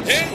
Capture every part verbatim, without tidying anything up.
Hey!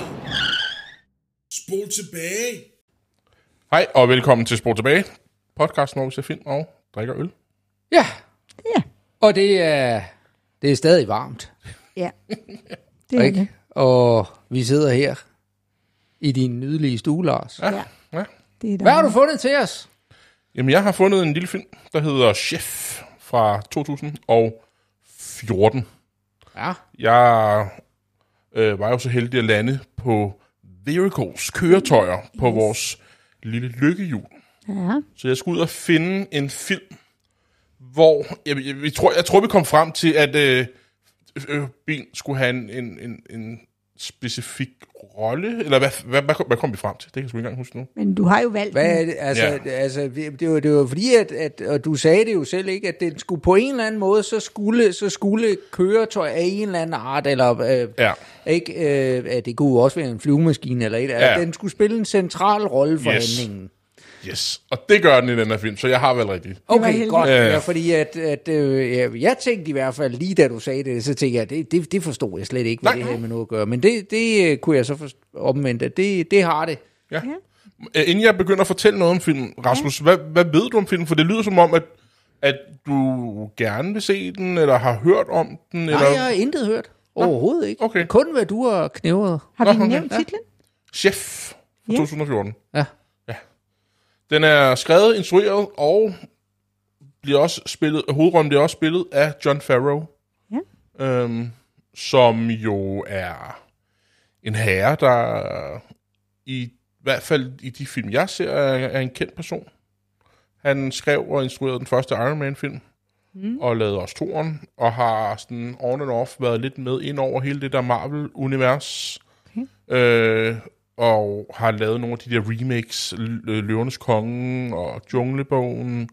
Spol tilbage! Hej og velkommen til Spol tilbage. Podcasten, hvor vi ser film og drikker øl. Ja, Ja, og det er, det er stadig varmt. ja. Det er Ikke? det. Og vi sidder her i din nydelige stue, Lars. Ja, Ja. ja. Det er Hvad har du fundet til os? Jamen, jeg har fundet en lille film, der hedder Chef fra to tusind og fjorten. Ja. Jeg øh, var jo så heldig at lande på Vehicles, køretøjer, på vores lille lykkehjul. Ja. Så jeg skulle ud og finde en film, hvor jeg, jeg, jeg, tror, jeg tror, vi kom frem til, at øh, øh, bilen skulle have en, en, en, en specifik rolle. Eller hvad, hvad, hvad, kom, hvad kom vi frem til? Det kan jeg sgu ikke engang huske nu. Men du har jo valgt Hvad er den. det? Altså, Ja. ja. altså det, det, var, det var fordi, at, at og du sagde det jo selv, ikke, at det skulle på en eller anden måde, så skulle, så skulle køretøj af en eller anden art, eller øh, Ja. ikke, øh, at det kunne jo også være en flyvemaskine, eller et, Ja. at den skulle spille en central rolle for Yes. handlingen. Yes. Og det gør den i den her film, så jeg har vel rigtigt. var Okay, heldigt. godt. Ja, ja. Ja, fordi at, at øh, jeg, jeg tænkte i hvert fald, lige da du sagde det, så tænkte jeg, det, det, det forstod jeg slet ikke, hvad Nej. det havde med noget at gøre. Men det, det øh, kunne jeg så forst- omvendt, at det, det har det. Ja. Ja. Øh, Inden jeg begynder at fortælle noget om filmen, Rasmus, ja. hvad, hvad ved du om filmen? For det lyder som om, at, at du gerne vil se den, eller har hørt om den. Nej, eller... jeg har intet hørt. Overhovedet ikke. Okay. Kun hvad du har knævret. Har vi Nå, okay. nævnt Ja. titlen? Chef fra Ja. to tusind og fjorten. Ja. Den er skrevet, instrueret og bliver også spillet, hovedrollen bliver også spillet af John Farrow. Ja. Øhm, som jo er en herre, der i hvert fald i de film, jeg ser, er, er en kendt person. Han skrev og instruerede den første Iron Man-film, mm. og lavede også toeren, og har sådan on and off været lidt med ind over hele det der Marvel-univers. Okay. Øh, og har lavet nogle af de der remakes, L- Løvernes Konge og Junglebogen.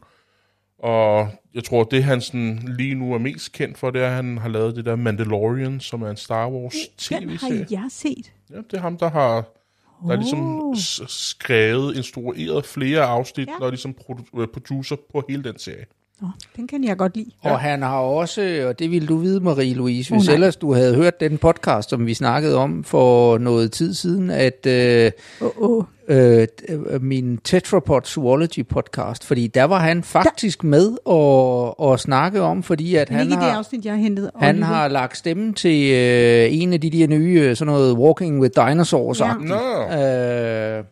Og jeg tror, det han sådan lige nu er mest kendt for, det er, at han har lavet det der Mandalorian, som er en Star Wars Den har tv-serie. jeg set. Ja, det er ham, der har der er ligesom Åh. s- skrevet, instrueret flere afsnit, Ja. og er ligesom produ- producer på hele den serie. Nå, den kan jeg godt lide. Og han har også, og det ville du vide, Marie-Louise, Oh, hvis nej. ellers du havde hørt den podcast, som vi snakkede om for noget tid siden, at øh, Åh, åh. øh, min Tetrapod Zoology podcast, fordi der var han faktisk med og, og snakke om, fordi at Men han ikke i det har... afsnit, jeg har hentet. Han Oliver. har lagt stemme til øh, en af de der nye, øh, sådan noget Walking with Dinosaurs, Ja. Nå, øh,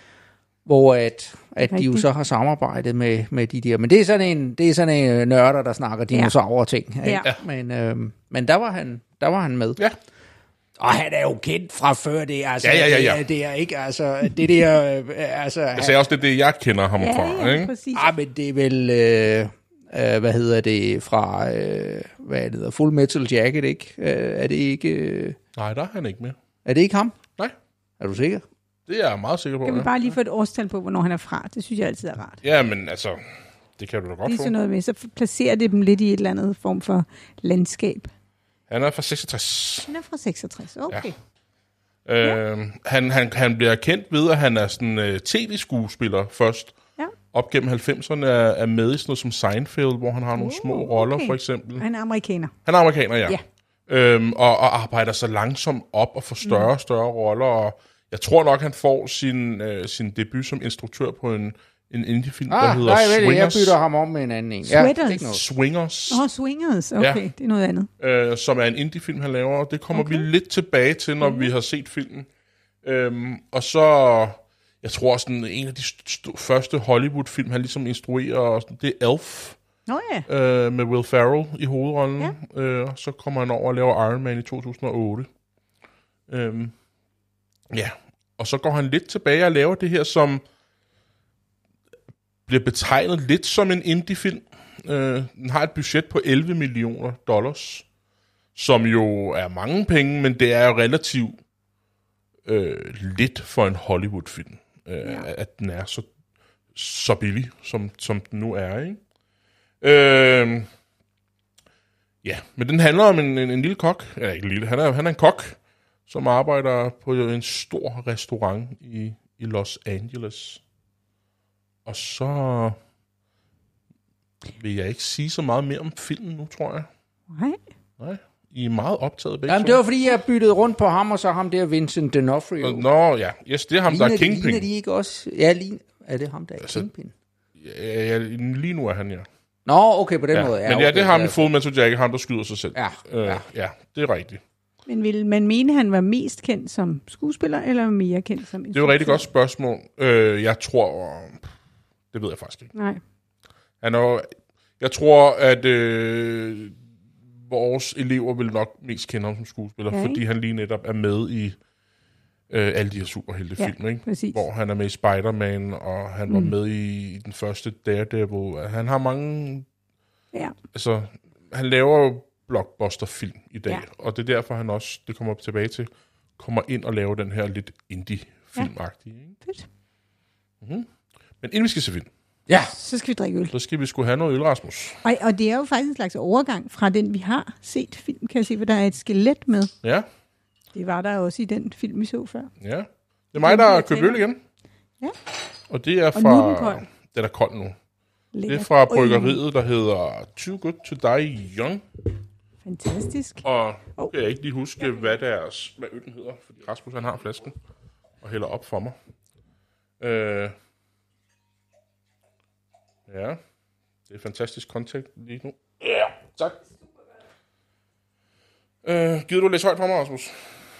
hvor at, at de jo Rigtigt. så har samarbejdet med, med de der. Men det er sådan en, det er sådan en øh, nørder, der snakker dinosaurer ting. Ikke? Ja. Men, øh, men der var han, der var han med. ja. Og han er jo kendt fra før det, altså. Ja, ja, ja, ja. Det, er, det er ikke, altså, det der, øh, altså. Jeg sagde også, det er det, jeg kender ham Ja, fra. ja, Ikke? præcis. Ah, men det er vel, øh, øh, hvad hedder det, fra, øh, hvad det hedder, Full Metal Jacket, ikke? Øh, er det ikke, øh, Nej, der er han ikke med. er det ikke ham? Nej, Er du sikker? det er jeg meget sikker på. Kan vi Ja, bare lige få et årstal på, hvornår han er fra? Det synes jeg altid er rart. ja men altså, det kan du da godt Det er få. sådan noget med, så placerer det dem lidt i et eller andet form for landskab. Han er fra seksogtres. Han er fra seksogtres, okay. Øh, han, han, han bliver kendt ved, at han er sådan uh, tv-skuespiller først. Ja. Op gennem halvfemserne er, er med i sådan noget som Seinfeld, hvor han har nogle Uh, små roller, okay. for eksempel. Han er amerikaner. Han er amerikaner, ja. Ja. Øhm, og, og arbejder så langsomt op og får større og større roller. Og jeg tror nok, han får sin, øh, sin debut som instruktør på en, en indie-film, der Ah, hedder nej, vel, jeg Swingers. bytter ham om med en anden en. Sweaters. det er ikke noget. Swingers, Åh, oh, Swingers, okay, Ja. det er noget andet. øh, som er en indie-film, han laver. Det kommer okay. vi lidt tilbage til, når mm. vi har set filmen. Øhm, og så, jeg tror sådan en af de st- første Hollywood-film, han ligesom instruerer, og sådan, det er Elf. Nå ja, Øh, med Will Ferrell i hovedrollen. Ja. Øh, og så kommer han over og laver Iron Man i to tusind og otte. Øhm, ja, og så går han lidt tilbage og laver det her, som bliver betegnet lidt som en indie-film. Øh, den har et budget på elleve millioner dollars, som jo er mange penge, men det er jo relativt øh, lidt for en Hollywood-film, øh, ja. at den er så, så billig, som, som den nu er, ikke? Øh, ja, men den handler om en, en, en lille kok. Eller ikke en lille, han er, han er en kok, som arbejder på en stor restaurant i, i Los Angeles. Og så vil jeg ikke sige så meget mere om filmen nu, tror jeg. nej. Nej. I er meget optaget begge Jamen, det var fordi, jeg byttede rundt på ham, og så ham der Vincent D'Onofrio. Nå, ja. Yes, det er ham, ligner, der er Kingpin. Ligner de ikke også? Ja, ligner, er det ham, der er altså, Kingpin? Ja, ja, lige nu er han, ja. Nå, okay, på den ja. måde. Ja, Men okay, ja, det er ham i ja. Full Metal Jacket, ham der skyder sig selv. Ja, øh, ja. ja, det er rigtigt. Men vil man mene, at han var mest kendt som skuespiller, eller mere kendt som Det er jo et rigtig godt spørgsmål. Øh, jeg tror... Det ved jeg faktisk ikke. Nej. Han er, jeg tror, at øh, vores elever vil nok mest kende ham som skuespiller, Ja, fordi han lige netop er med i øh, alle de her superheltefilm, Ja, ikke? præcis. Hvor han er med i Spider-Man, og han var Mm. med i, i den første Daredevil. Han har mange... Ja. Altså, han laver jo blockbuster-film i dag, Ja. og det er derfor, han også, det kommer op tilbage til, kommer ind og laver den her lidt indie-filmagtige. Ikke? Fedt. Mm-hmm. Men inden vi skal se film, Ja. Så skal vi drikke øl. så skal vi sgu have noget øl, Rasmus. Og, og det er jo faktisk en slags overgang fra den, vi har set film, kan jeg se, for der er et skelet med. Ja, Det var der også i den film, vi så før. ja. Det er mig, der har købt øl igen. Ja. Og det er fra... Og nu er den kold. Den er kold nu. Lækkert. Det er fra bryggeriet, der hedder Too Good To Die Young. Fantastisk. Og nu kan jeg ikke lige huske, hvad, deres, hvad øllen hedder, fordi Rasmus han har flasken og hælder op for mig. Øh, ja, det er fantastisk kontakt lige nu. Ja, tak. Øh, gider du læse højt for mig, Rasmus?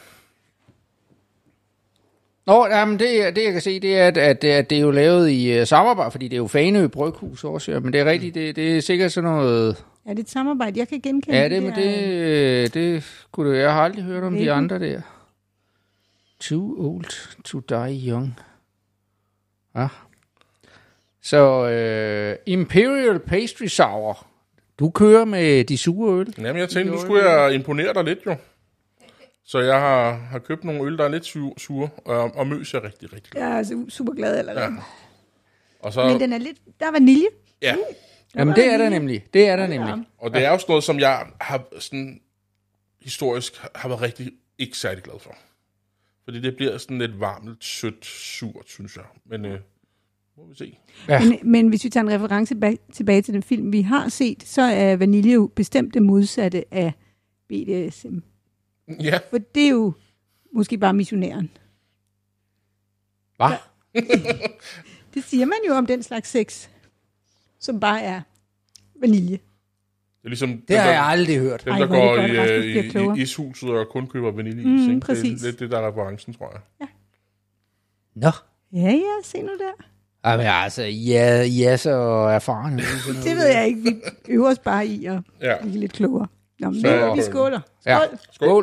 Nå, jamen det, det jeg kan se, det er, at, at, at det er jo lavet i uh, samarbejde, fordi det er jo Fanø Bryghus også, ja, men det er rigtigt, det, det er sikkert sådan noget... Er det et samarbejde? Jeg kan genkende Ja, det, men det, det kunne du, jeg har aldrig hørt om de Label. andre der. Too old to die young. Ja. Så uh, Imperial Pastry Sour. Du kører med de sure øl. Jamen, jeg tænkte, nu skulle jeg imponere dig lidt, jo. Så jeg har, har købt nogle øl, der er lidt sure, sure og, og møs er rigtig, rigtig glad. Jeg er su- super glad allerede. Ja. Ja. Og, så, Men den er lidt... Der er vanilje. ja, Jamen det er der nemlig. Det er der nemlig. og det er også noget, som jeg har sådan historisk har været rigtig ikke særlig glad for. Fordi det bliver sådan lidt varmt, sødt, surt, synes jeg. Men øh, må vi se. Ja. Men, men hvis vi tager en reference bag, tilbage til den film, vi har set, så er vanilje jo bestemt det modsatte af B D S M. Ja, For det er jo måske bare missionæren. Hvad? Det siger man jo om den slags sex, som bare er vanilje. det er ligesom Det har dem, jeg der, aldrig hørt. dem, Ej, der hvor er det går godt, i, Rasmus øh, bliver i, klogere. i ishuset og kun køber vaniljeis. Mm, ikke? Det præcis. er lidt det, der er referencen, tror jeg. Nå. Ja, ja, se nu der. Jamen altså, ja, ja så erfaren. Det ved jeg ikke. Vi øver os bare i at Ja. blive lidt klogere. Nå, men Så- vi skåler. Skål. Ja. Skål.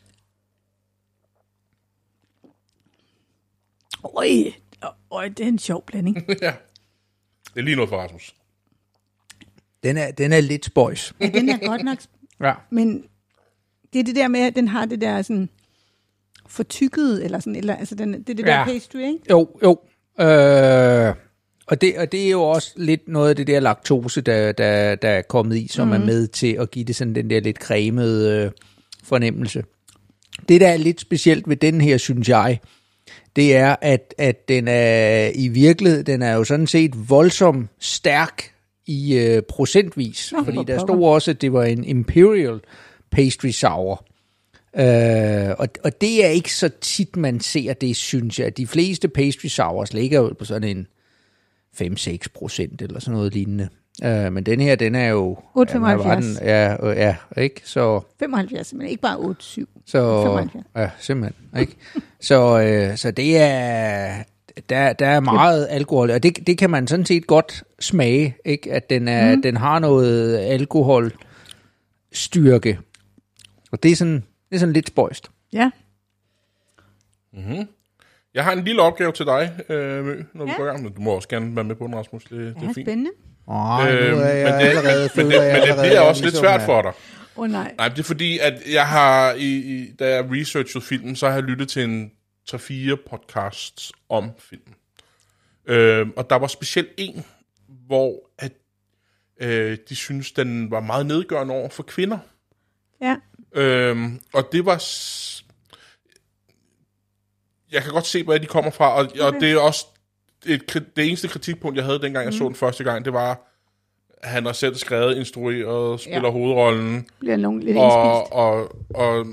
Øj, øj, det er en sjov blanding. Ja. Det er lige noget for Rasmus. Den er, den er lidt spøjs. Ja, den er godt nok, Ja. men det er det der med, at den har det der sådan fortykket, eller sådan, eller, altså den, det er det der Ja. pastry, ikke? Jo, jo. Øh, og, det, og det er jo også lidt noget af det der laktose, der, der, der er kommet i, som mm. er med til at give det sådan den der lidt cremede øh, fornemmelse. Det, der er lidt specielt ved den her, synes jeg, det er, at, at den er i virkeligheden, den er jo sådan set voldsomt stærk i øh, procentvis. Nå, fordi for der pokker. stod også, at det var en Imperial Pastry Sour. Øh, og, og det er ikke så tit, man ser det, synes jeg. De fleste pastry sours ligger jo på sådan en fem til seks procent eller sådan noget lignende. Øh, men den her, den er jo... otte komma ja, hvad var femoghalvfjerds. den? Ja, øh, ja, ikke? Så... femoghalvfjerds, men ikke bare otte syv. Så, femoghalvfjerds. ja, simpelthen. Ikke? så, øh, så det er... Der, der er meget alkohol, og det, det kan man sådan set godt smage, ikke? At den, er, mm. den har noget alkoholstyrke. Og det er sådan, det er sådan lidt spøjst. Ja. Mm-hmm. Jeg har en lille opgave til dig, øh, Mø, når vi Ja. går i gang. Men du må også gerne være med på den, Rasmus. Det, det Ja, er fint. spændende. Åh, nu Øhm, er jeg men det, allerede men, føler det, jeg men det allerede, bliver jeg også lidt ligesom svært er- for dig. Åh oh, nej. Nej, det er fordi, at jeg har, i, i, da jeg researchede filmen, så har jeg lyttet til en tre fire podcasts om filmen. Øhm, og der var specielt en, hvor at, øh, de synes den var meget nedgørende over for kvinder. Ja. Øhm, og det var... S- jeg kan godt se, hvor de kommer fra, og, og det er også et, kri- det eneste kritikpunkt, jeg havde, dengang jeg mm. så den første gang, det var, han har selv skrevet, instrueret, spiller Ja. hovedrollen. Bliver nogen lidt Og, indspist. og, og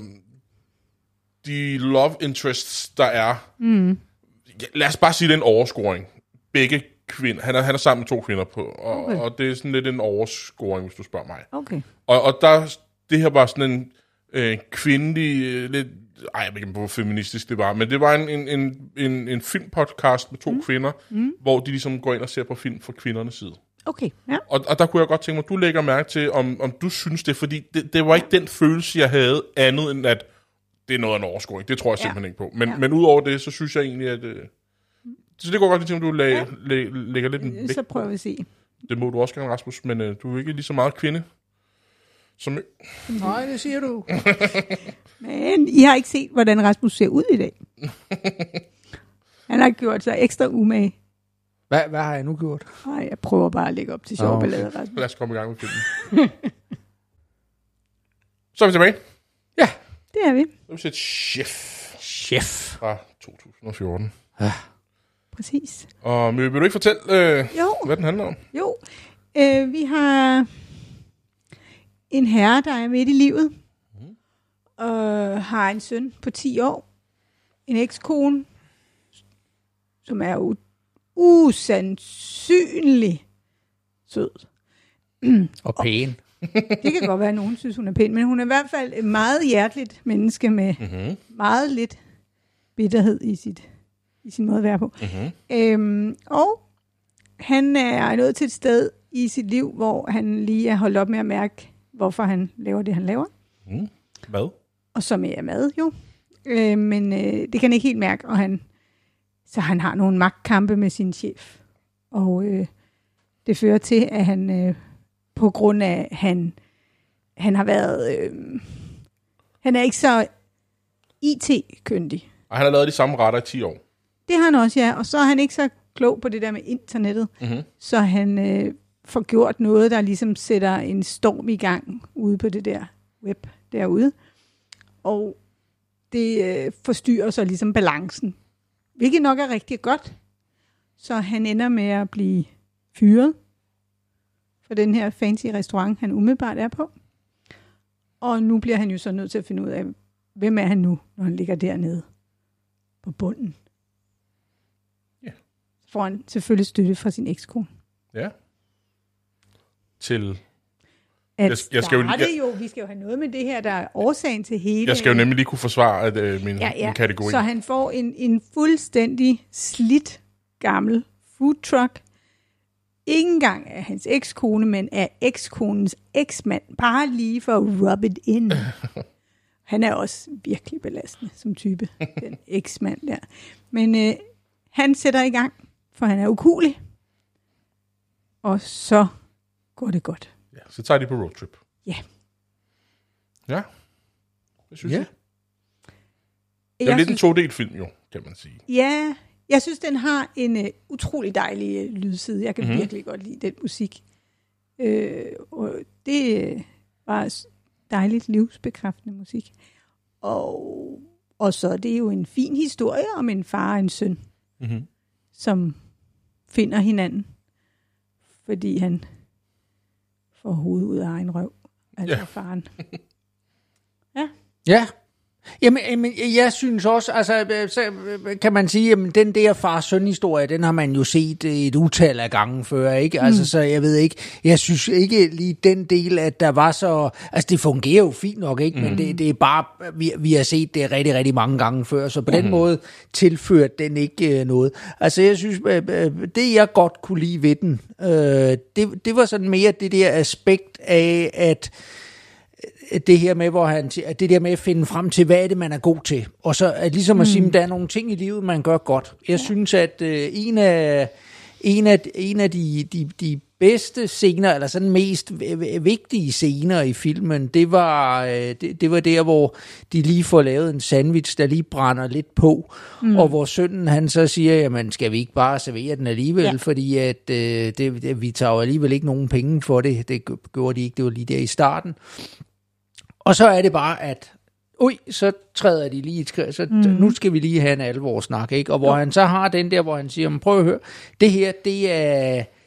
de love interests, der er... Mm. Ja, lad os bare sige, det er en overscoring. Begge kvinder. Han er, han er sammen med to kvinder på. Og, Okay. og det er sådan lidt en overscoring, hvis du spørger mig. Okay. Og, og der, det her var sådan en øh, kvindelig... Øh, lidt, ej, jeg ved ikke, hvor feministisk det var, men det var en, en, en, en, en filmpodcast med to mm. kvinder, mm. hvor de ligesom går ind og ser på film fra kvindernes side. Okay, ja. Og, og der kunne jeg godt tænke mig, at du lægger mærke til, om, om du synes det, fordi det, det var ikke den følelse, jeg havde, andet end at det er noget af en overscoring. Det tror jeg simpelthen Ja. ikke på. Men, Ja. men udover det, så synes jeg egentlig, at... Øh, så det går godt lige til, om du lag, ja. læ, lægger lidt en vægt. Så prøver vi at se. Det må du også gerne, Rasmus, men øh, du er ikke lige så meget kvinde. Som, Nej, det siger du. Men I har ikke set, hvordan Rasmus ser ud i dag. Han har gjort sig ekstra umage. Hvad, hvad har jeg nu gjort? Nej, jeg prøver bare at lægge op til sjov Nå, okay. ballade, Rasmus. lad os komme i gang med filmen. Så er vi tilbage. Ja. Det er vi. Så har vi set Chef Chef. fra to tusind og fjorten. Ja. Præcis. Og vil du ikke fortælle, øh, Jo. hvad den handler om? Jo, øh, vi har en herre, der er midt i livet, og har en søn på ti år, en ekskone, som er u- usandsynlig sød. Og pæn. Det kan godt være, at nogen synes, hun er pæn, men hun er i hvert fald et meget hjerteligt menneske med Mm-hmm. meget lidt bitterhed i, sit, i sin måde at være på. Mm-hmm. Øhm, og han er nået til et sted i sit liv, hvor han lige er holdt op med at mærke, hvorfor han laver det, han laver. Mm. Hvad? Og som er mad jo. Øh, men øh, det kan han ikke helt mærke, og han, så han har nogle magtkampe med sin chef. Og øh, det fører til, at han øh, på grund af, at han, han har været, øh, han er ikke så I T-kyndig. Og han har lavet de samme retter i ti år. Det har han også, ja. Og så er han ikke så klog på det der med internettet. Mm-hmm. Så han øh, får gjort noget, der ligesom sætter en storm i gang ude på det der web derude. Og det øh, forstyrrer så ligesom balancen. Hvilket nok er rigtig godt. Så han ender med at blive fyret for den her fancy restaurant, han umiddelbart er på. Og nu bliver han jo så nødt til at finde ud af, hvem er han nu, når han ligger dernede på bunden. Ja. Så får han selvfølgelig støtte fra sin ekskone. Ja. Til... At Jeg- jeg skal jo- starte jeg- jo, vi skal jo have noget med det her, der er årsagen til hele... Jeg skal jo nemlig lige kunne forsvare at, øh, min, ja, ja. min kategori. Så han får en, en fuldstændig slidt gammel food truck. Ikke engang af hans ekskone, men af ekskonens eksmand. Bare lige for at rub it in. Han er også virkelig belastende som type, den eksmand der. Men øh, han sætter i gang, for han er ukuelig. Og så går det godt. Ja, så tager de på roadtrip. Ja. Ja. Det synes Ja. jeg. Det er jo Jeg lidt synes, en to-delt film, jo, kan man sige. ja, jeg synes, den har en uh, utrolig dejlig uh, lydside. Jeg kan Mhm. mm-hmm. virkelig godt lide den musik. Øh, og det uh, var s- dejligt livsbekræftende musik. Og, og så er det jo en fin historie om en far og en søn, Mm-hmm. som finder hinanden, fordi han får hovedet ud af egen røv. Altså Ja. ja. faren. Ja. Jamen, jamen, jeg synes også, altså, øh, så øh, kan man sige, at den der far-søn-historie, den har man jo set øh, et utal af gange før, ikke? Altså, mm. så jeg ved ikke, jeg synes ikke lige den del, at der var så, altså, det fungerer jo fint nok, ikke? Mm. Men det, det er bare, vi, vi har set det rigtig, rigtig mange gange før, så på mm. den måde tilførte den ikke øh, noget. Altså, jeg synes, øh, øh, det jeg godt kunne lide ved den, øh, det, det var sådan mere det der aspekt af, at det her med, hvor han, det der med at finde frem til, hvad er det, man er god til. Og så at ligesom mm. at sige, at der er nogle ting i livet, man gør godt. Jeg ja. synes, at øh, en af, en af, en af de, de, de bedste scener, eller sådan mest vigtige scener i filmen, det var, øh, det, det var der, hvor de lige får lavet en sandwich, der lige brænder lidt på, mm. og hvor sønnen han så siger, jamen skal vi ikke bare servere den alligevel, ja. fordi at, øh, det, det, vi tager jo alligevel ikke nogen penge for det. Det gjorde de ikke, det var lige der i starten. Og så er det bare, at ui, så træder de lige et skridt, så mm. nu skal vi lige have en alvorsnak, ikke? Og hvor jo. han så har den der, hvor han siger, prøv at høre, det her, det er,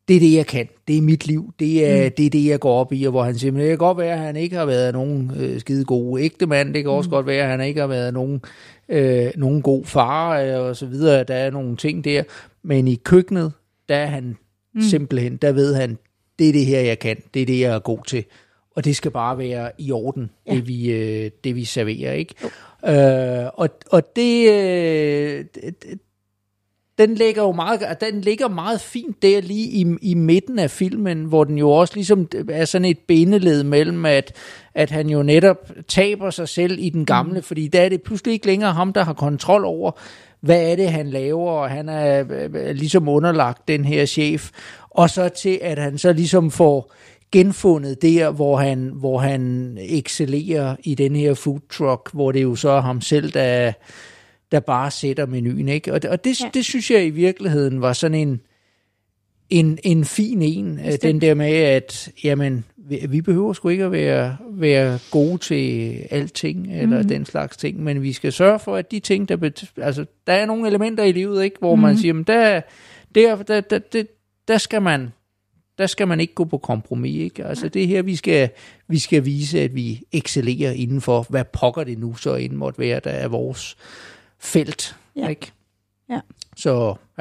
det er det, jeg kan. Det er mit liv. Det er, mm. det er det, jeg går op i, og hvor han siger, men det kan godt være, at han ikke har været nogen øh, skide gode ægte mand. Det kan også mm. godt være, at han ikke har været nogen, øh, nogen god far, øh, og så videre. Der er nogle ting der. Men i køkkenet, der er han mm. simpelthen, der ved han, det er det her, jeg kan. Det er det, jeg er god til. Og det skal bare være i orden, ja. det, vi, øh, det vi serverer, ikke? Øh, og, og det... Øh, det Den ligger jo meget, den ligger meget fint der lige i, i midten af filmen, hvor den jo også ligesom er sådan et bindeled mellem, at, at han jo netop taber sig selv i den gamle, mm. fordi der er det pludselig ikke længere ham, der har kontrol over, hvad er det, han laver, og han er, er ligesom underlagt den her chef, og så til, at han så ligesom får genfundet der, hvor han, hvor han excellerer i den her food truck, hvor det jo så er ham selv, der der bare sætter menuen, ikke? Og, og det, ja. det synes jeg i virkeligheden var sådan en, en, en fin en, Bestemt. Den der med, at jamen, vi, vi behøver sgu ikke at være, være gode til alting, eller mm-hmm. den slags ting, men vi skal sørge for, at de ting, der, bet- altså, der er nogle elementer i livet, ikke? Hvor mm-hmm. man siger, men der, der, der, der, der, der skal man der skal man ikke gå på kompromis, ikke? Altså det her, vi skal, vi skal vise, at vi excellerer indenfor, hvad pokker det nu så inden måtte være, der er vores felt, ja. Ikke? Ja. Så, ja.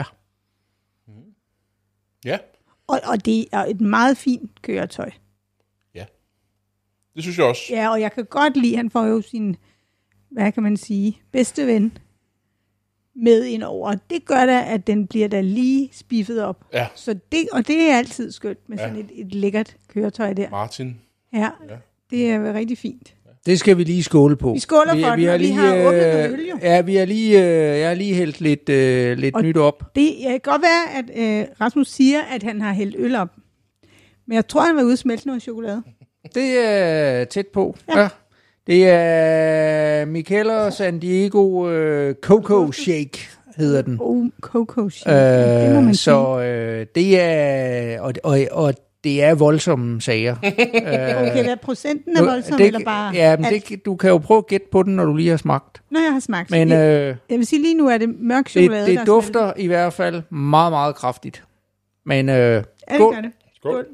Ja. Og, og det er et meget fint køretøj. Ja. Det synes jeg også. Ja, og jeg kan godt lide, han får jo sin, hvad kan man sige, bedste ven med ind over. Det gør da, at den bliver da lige spiffet op. Ja. Så det, og det er altid skønt med ja. sådan et, et lækkert køretøj der. Martin. Ja, ja. Det er rigtig fint. Det skal vi lige skåle på. Vi skåler for vi, vi den, og lige, vi har åbnet noget øl jo. Ja, vi har lige, øh, jeg har lige hældt lidt, øh, lidt nyt op. Det kan godt være, at øh, Rasmus siger, at han har hældt øl op. Men jeg tror, han var ude og smelte noget chokolade. Det er tæt på, ja. ja. Det er Micheller San Diego øh, Coco Shake, hedder den. Oh, Coco Shake, øh, det må man Så øh, det er, og, og, og det er voldsomme sager. Okay, hvad procenten er voldsom, det, eller bare... Ja, men det, du kan jo prøve at gætte på den, når du lige har smagt. Når jeg har smagt. Men, øh, jeg vil sige, lige nu er det mørk chokolade. Det, det dufter smeltet. I hvert fald meget, meget kraftigt. Men øh, ja, skål. Det det. Skål. Skål.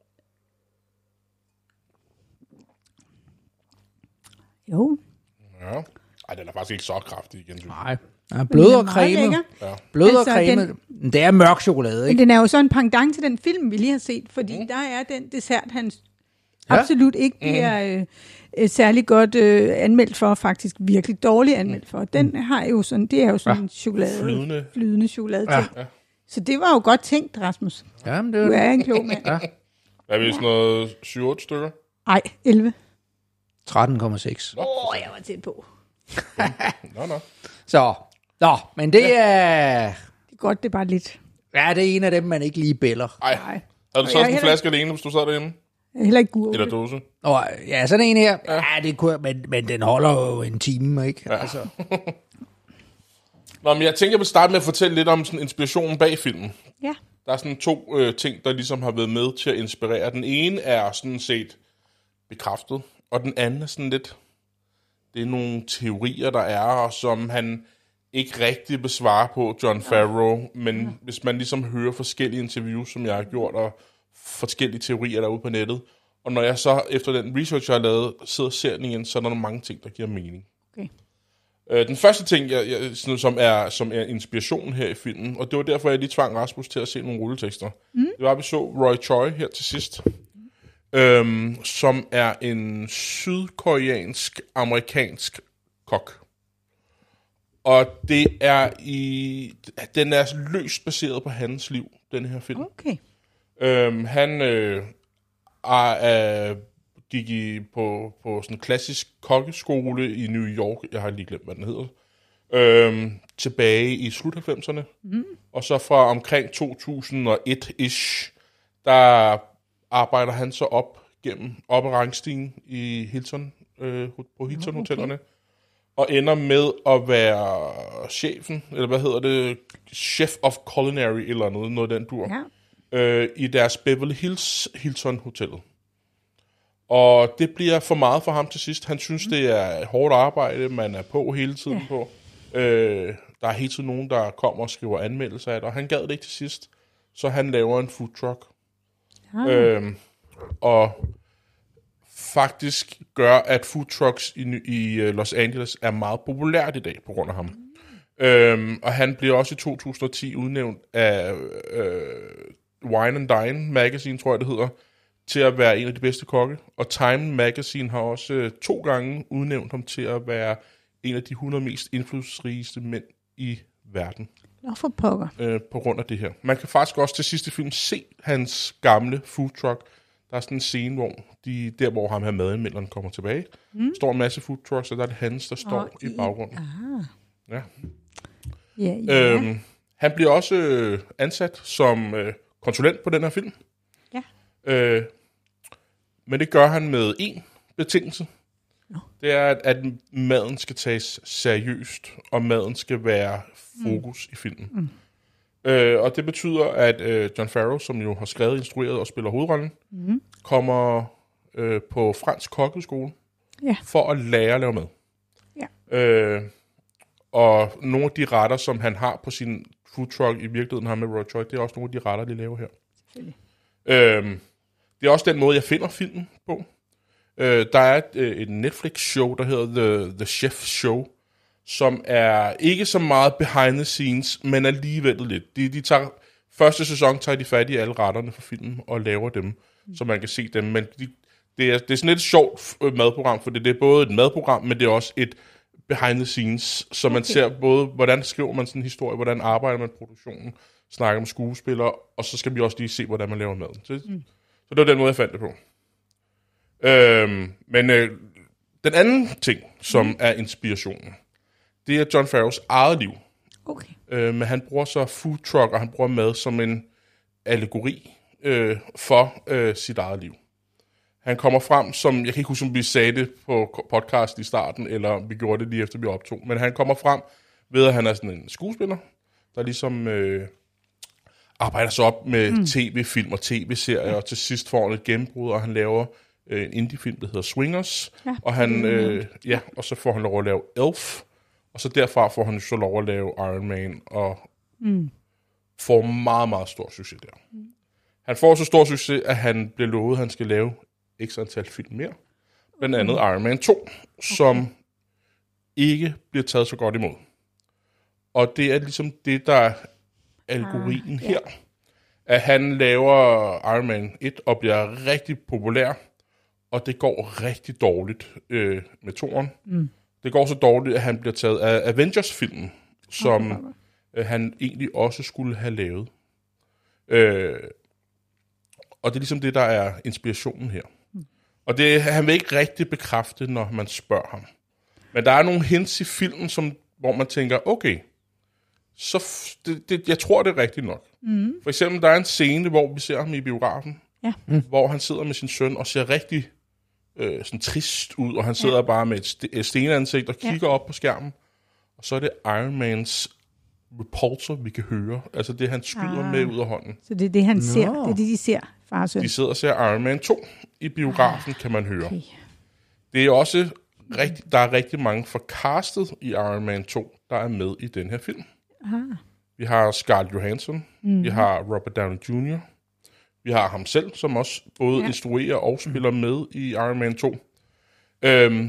Jo. Ja. Ej, den er faktisk ikke så kraftig igen. Nej. Ja, blød og creme. Ja. Blød og altså, creme. Den, det er mørk chokolade, ikke? Men den er jo så en pendant til den film, vi lige har set, fordi mm. der er den dessert, han ja. absolut ikke bliver mm. øh, særlig godt øh, anmeldt for, faktisk virkelig dårligt anmeldt for. Den mm. har jo sådan, det er jo sådan ja. en chokolade, flydende, flydende chokolade ja. Ja. Så det var jo godt tænkt, Rasmus. Ja, men det er du er en klog mand. Ja. Er vi sådan noget syv otte stykker? Nej, elleve. tretten komma seks. Åh, oh, jeg var tæt på. Nå, nå. Så, nå, men det er... Det er godt, det er bare lidt. Ja, det er en af dem, man ikke lige bæller. Ej, havde du så også en flaske alene, hvis du sad derinde? Jeg er heller ikke gurke. Eller dåse? Åh, ja, sådan en her. Ja, ja det kunne, men, men den holder jo en time, ikke? Ja. Altså. Nå, men jeg tænker, jeg vil starte med at fortælle lidt om sådan inspirationen bag filmen. Ja. Der er sådan to øh, ting, der ligesom har været med til at inspirere. Den ene er sådan set bekræftet, og den anden er sådan lidt... Det er nogle teorier, der er, og som han ikke rigtig besvarer på, Jon Favreau. Men ja. hvis man ligesom hører forskellige interviews, som jeg har gjort, og forskellige teorier derude på nettet, og når jeg så efter den research, jeg har lavet, sidder og ser den igen, så er der nogle mange ting, der giver mening. Okay. Øh, den første ting, jeg, jeg, sådan, som, er, som er inspiration her i filmen, og det var derfor, jeg lige tvang Rasmus til at se nogle rulletekster. Mm. Det var, at vi så Roy Choi her til sidst. Øhm, som er en sydkoreansk-amerikansk kok. Og det er i den er løst baseret på hans liv, den her film. Okay. Øhm, han øh, er, er, gik i, på, på sådan en klassisk kokkeskole i New York. Jeg har lige glemt, hvad den hedder. Øhm, tilbage i slut halvfemserne. Mm. Og så fra omkring to tusind og et-ish, der... arbejder han så op gennem op ad rangstigen i Hilton, øh, på Hilton-hotellerne, okay. og ender med at være chefen, eller hvad hedder det, chef of culinary, eller noget, noget af den dur, ja. øh, i deres Beverly Hills Hilton-hotellet. Og det bliver for meget for ham til sidst. Han synes, mm. det er hårdt arbejde, man er på hele tiden ja. på. Øh, der er hele tiden nogen, der kommer og skriver anmeldelser af det, og han gad det ikke til sidst, så han laver en food truck. Ah. Øhm, og faktisk gør, at food trucks i, i Los Angeles er meget populært i dag på grund af ham. Mm. Øhm, og han bliver også i to tusind og ti udnævnt af øh, Wine and Dine Magazine, tror jeg det hedder, til at være en af de bedste kokke. Og Time Magazine har også øh, to gange udnævnt ham til at være en af de hundrede mest indflydelsesrigeste mænd i verden. Nå for pokker. Øh, på grund af det her. Man kan faktisk også til sidste film se hans gamle food truck. Der er sådan en scene, hvor de, der hvor ham her madanmelderen kommer tilbage, mm. står en masse food trucks, og der er det hans, der står oh, i baggrunden. Ah. Ja. Ja, ja. Øhm, han bliver også øh, ansat som øh, konsulent på den her film. Ja. Øh, men det gør han med én betingelse. No. Det er, at, at maden skal tages seriøst, og maden skal være fokus mm. i filmen. Mm. Øh, og det betyder, at øh, Jon Favreau, som jo har skrevet, instrueret og spiller hovedrollen, mm. kommer øh, på fransk kokkeskole ja. for at lære at lave mad. Ja. Øh, og nogle af de retter, som han har på sin food truck, i virkeligheden har med Roy Choi, det er også nogle af de retter, de laver her. Selvfølgelig. Øh, det er også den måde, jeg finder filmen på. Øh, der er et, øh, et Netflix-show, der hedder The, The Chef Show, som er ikke så meget behind the scenes, men alligevel lidt. De, de tager, første sæson tager de fat i alle retterne for filmen og laver dem, mm. så man kan se dem. Men de, det, er, det er sådan et sjovt madprogram, for det, det er både et madprogram, men det er også et behind the scenes, så man okay. ser både, hvordan skriver man sådan en historie, hvordan arbejder man med produktionen, snakker med skuespillere, og så skal vi også lige se, hvordan man laver maden. Så, mm. så det var den måde, jeg fandt det på. Øhm, men øh, den anden ting, som mm. er inspirationen, det er Jon Favreaus eget liv. Okay. Øh, men han bruger så food truck, og han bruger mad som en allegori øh, for øh, sit eget liv. Han kommer frem som, jeg kan ikke huske, om vi sagde det på podcast i starten, eller vi gjorde det lige efter, vi optog, men han kommer frem ved, at han er sådan en skuespiller, der ligesom øh, arbejder sig op med mm. tv-film og tv-serier, ja. og til sidst får han et gennembrud, og han laver øh, en indie-film, der hedder Swingers, ja. og, han, øh, ja, og så får han lov at lave Elf, og så derfra får han så lov at lave Iron Man, og mm. får meget, meget stor succes der. Mm. Han får så stor succes, at han bliver lovet, at han skal lave x antal film mere. Blandt andet mm. Iron Man to, okay. som ikke bliver taget så godt imod. Og det er ligesom det, der er algorien ah, her. Yeah. At han laver Iron Man et og bliver rigtig populær, og det går rigtig dårligt øh, med toren. Mm. Det går så dårligt, at han bliver taget af Avengers-filmen, som okay. øh, han egentlig også skulle have lavet. Øh, og det er ligesom det, der er inspirationen her. Mm. Og det, han vil ikke rigtig bekræfte, når man spørger ham. Men der er nogle hints i filmen, som, hvor man tænker, okay, så f- det, det, jeg tror, det er rigtigt nok. Mm. For eksempel, der er en scene, hvor vi ser ham i biografen, ja. mm. hvor han sidder med sin søn og ser rigtig øh, sådan trist ud, og han sidder ja. bare med et, st- et stenansigt og kigger ja. op på skærmen. Og så er det Iron Mans repulsor, vi kan høre. Altså det, han skyder ah. med ud af hånden. Så det er det, han no. ser. Det er det, de ser, far og søn. De sidder og ser Iron Man to i biografen, ah. kan man høre. Okay. Det er også rigtig, der er rigtig mange fra castet i Iron Man to, der er med i den her film. Aha. Vi har Scarlett Johansson, mm. vi har Robert Downey junior, vi har ham selv, som også både ja. instruerer og spiller mm. med i Iron Man to. Øhm,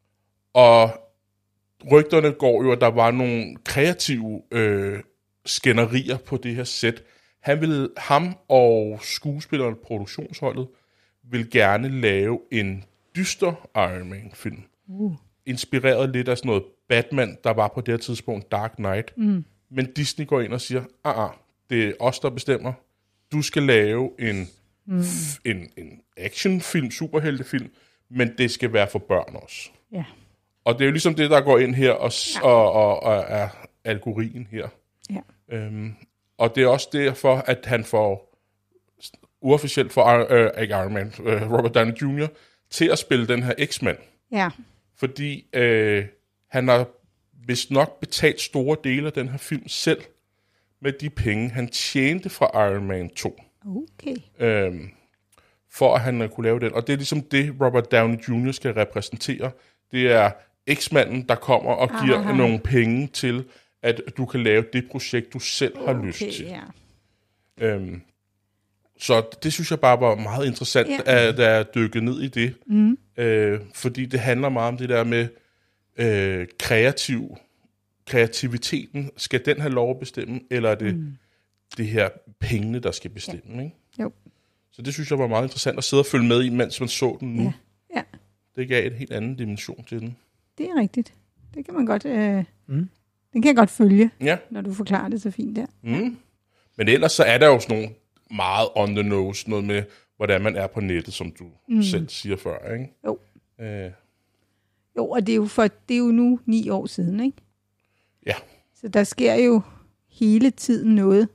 og rygterne går jo, at der var nogle kreative øh, skænderier på det her sæt. Han vil, ham og skuespilleren på produktionsholdet vil gerne lave en dyster Iron Man-film. Uh. Inspireret lidt af sådan noget Batman, der var på det her tidspunkt Dark Knight. Mm. Men Disney går ind og siger, ah, ah, det er os, der bestemmer. Du skal lave en, mm. f- en, en actionfilm, superheltefilm, men det skal være for børn også. Ja. Og det er jo ligesom det, der går ind her og, ja. og, og, og er algorien her. Ja. Øhm, og det er også derfor, at han får uofficielt for øh, ikke Iron Man, øh, Robert Downey junior til at spille den her X-Man. Ja. Fordi øh, han har vist nok betalt store dele af den her film selv med de penge, han tjente fra Iron Man to. Okay. Øhm, for at han kunne lave den. Og det er ligesom det, Robert Downey junior skal repræsentere. Det er X-manden, der kommer og giver Aha. nogle penge til, at du kan lave det projekt, du selv har okay, lyst til. Ja. Øhm, så det synes jeg bare var meget interessant, Ja. at der er dykket ned i det. Mm. Øh, fordi det handler meget om det der med øh, kreativ, kreativiteten. Skal den have lov at bestemme, eller er det mm. det her pengene, der skal bestemme? Ja. Ikke? Jo. Så det synes jeg var meget interessant at sidde og følge med i, mens man så den nu. Ja. Ja. Det gav et helt anden dimension til den. Det er rigtigt. Det kan man godt... Øh, mm. Den kan jeg godt følge, ja. når du forklarer det så fint der. Mm. Men ellers så er der jo sådan nogle meget on the nose, noget med, hvordan man er på nettet, som du mm. selv siger før, ikke? Jo. Øh. Jo, og det er jo, for, det er jo nu ni år siden, ikke? Ja. Så der sker jo hele tiden noget,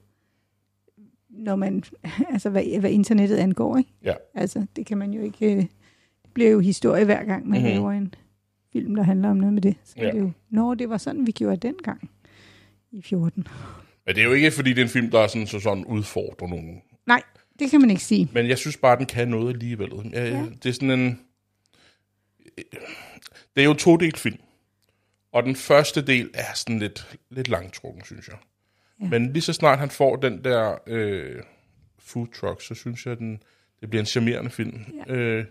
når man, altså hvad, hvad internettet angår, ikke? Ja. Altså, det kan man jo ikke, det bliver jo historie hver gang, man mm-hmm. laver en film, der handler om noget med det. Så ja. Det er jo, nå, det var sådan, vi gjorde dengang i fjorten. Men det er jo ikke, fordi det er en film, der er sådan, så sådan udfordrer nogen. Nej, det kan man ikke sige. Men jeg synes bare, den kan noget alligevel. Jeg, ja. Det er sådan en... Det er jo en to-delt film. Og den første del er sådan lidt, lidt langtrukken, synes jeg. Ja. Men lige så snart han får den der øh, food truck, så synes jeg, den, det bliver en charmerende film. Ja. Øh,